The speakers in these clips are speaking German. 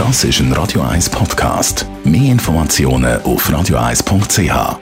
Das ist ein Radio 1 Podcast. Mehr Informationen auf radio1.ch.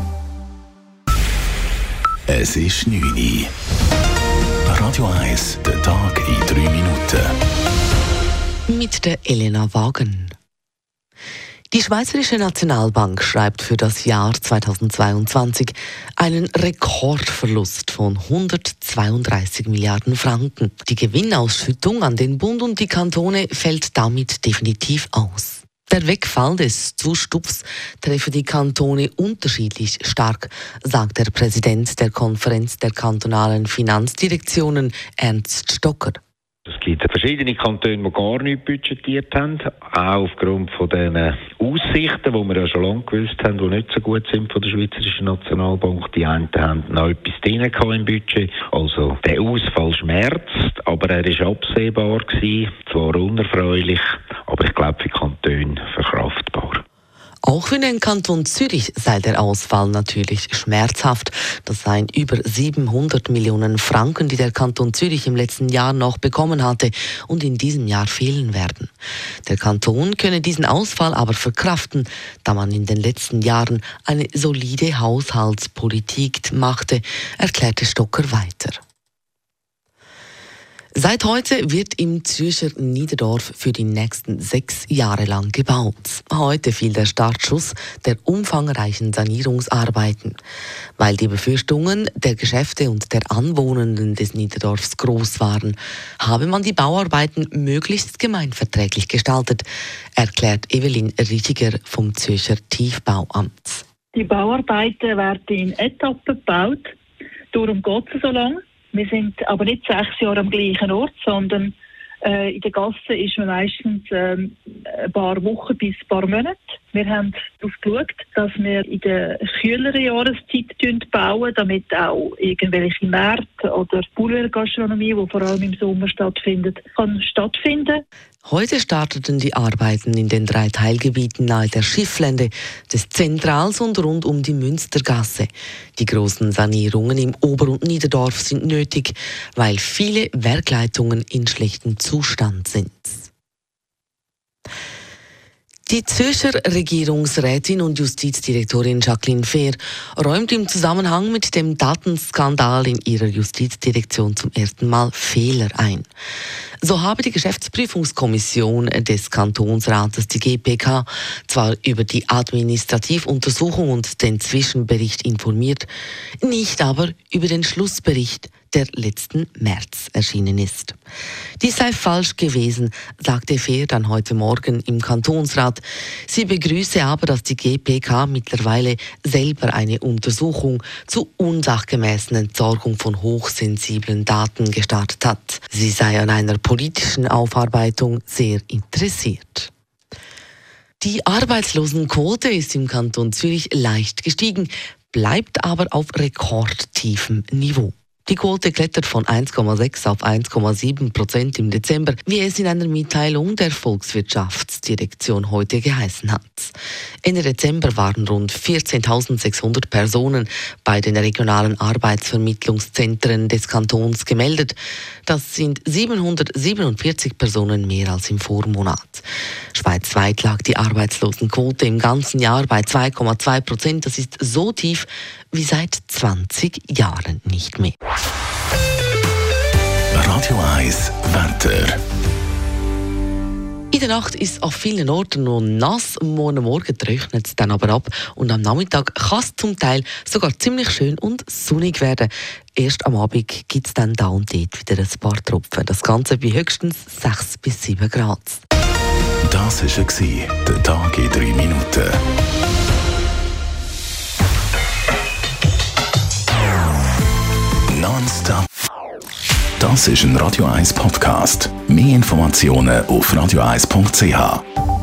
Es ist 9 Uhr. Radio 1, der Tag in 3 Minuten. Mit der Elena Wagen. Die Schweizerische Nationalbank schreibt für das Jahr 2022 einen Rekordverlust von 132 Milliarden Franken. Die Gewinnausschüttung an den Bund und die Kantone fällt damit definitiv aus. Der Wegfall des Zustupfs treffe die Kantone unterschiedlich stark, sagt der Präsident der Konferenz der kantonalen Finanzdirektionen, Ernst Stocker. Es gibt verschiedene Kantone, die gar nicht budgetiert haben, auch aufgrund von den Aussichten, die wir ja schon lange gewusst haben, die nicht so gut sind von der Schweizerischen Nationalbank. Die einen haben noch etwas drin im Budget. Also der Ausfall schmerzt, aber er war absehbar gewesen, zwar unerfreulich, aber ich glaube für die Kantone verkraftbar. Auch für den Kanton Zürich sei der Ausfall natürlich schmerzhaft. Das seien über 700 Millionen Franken, die der Kanton Zürich im letzten Jahr noch bekommen hatte und in diesem Jahr fehlen werden. Der Kanton könne diesen Ausfall aber verkraften, da man in den letzten Jahren eine solide Haushaltspolitik machte, erklärte Stocker weiter. Seit heute wird im Zürcher Niederdorf für die nächsten 6 Jahre lang gebaut. Heute fiel der Startschuss der umfangreichen Sanierungsarbeiten. Weil die Befürchtungen der Geschäfte und der Anwohnenden des Niederdorfs groß waren, habe man die Bauarbeiten möglichst gemeinverträglich gestaltet, erklärt Evelyn Richiger vom Zürcher Tiefbauamt. Die Bauarbeiten werden in Etappen gebaut. Darum geht es so lange. Wir sind aber nicht 6 Jahre am gleichen Ort, sondern in der Gasse ist man meistens ein paar Wochen bis ein paar Monate. Wir haben darauf geschaut, dass wir in der kühleren Jahreszeit bauen, damit auch irgendwelche Märkte oder Boulevardgastronomie, die vor allem im Sommer stattfindet, kann stattfinden. Heute starteten die Arbeiten in den 3 Teilgebieten nahe der Schifflände, des Zentrals und rund um die Münstergasse. Die großen Sanierungen im Ober- und Niederdorf sind nötig, weil viele Werkleitungen in schlechtem Zustand sind. Die Zürcher Regierungsrätin und Justizdirektorin Jacqueline Fehr räumt im Zusammenhang mit dem Datenskandal in ihrer Justizdirektion zum ersten Mal Fehler ein. So habe die Geschäftsprüfungskommission des Kantonsrates, die GPK, zwar über die Administrativuntersuchung und den Zwischenbericht informiert, nicht aber über den Schlussbericht, der letzten März erschienen ist. Dies sei falsch gewesen, sagte Fehr dann heute Morgen im Kantonsrat. Sie begrüße aber, dass die GPK mittlerweile selber eine Untersuchung zur unsachgemäßen Entsorgung von hochsensiblen Daten gestartet hat. Sie sei an einer politischen Aufarbeitung sehr interessiert. Die Arbeitslosenquote ist im Kanton Zürich leicht gestiegen, bleibt aber auf rekordtiefem Niveau. Die Quote klettert von 1,6 auf 1,7% im Dezember, wie es in einer Mitteilung der Volkswirtschaftsdirektion heute geheißen hat. Ende Dezember waren rund 14.600 Personen bei den regionalen Arbeitsvermittlungszentren des Kantons gemeldet. Das sind 747 Personen mehr als im Vormonat. Schweizweit lag die Arbeitslosenquote im ganzen Jahr bei 2,2%. Das ist so tief wie seit 20 Jahren nicht mehr. Radio 1 Wetter. In der Nacht ist es auf vielen Orten noch nass, morgen Morgen trocknet es dann aber ab und am Nachmittag kann es zum Teil sogar ziemlich schön und sonnig werden. Erst am Abend gibt es dann da und dort wieder ein paar Tropfen. Das Ganze bei höchstens 6 bis 7 Grad. Das war der Tag in 3 Minuten. Nonstop. Das ist ein Radio 1 Podcast. Mehr Informationen auf radio1.ch.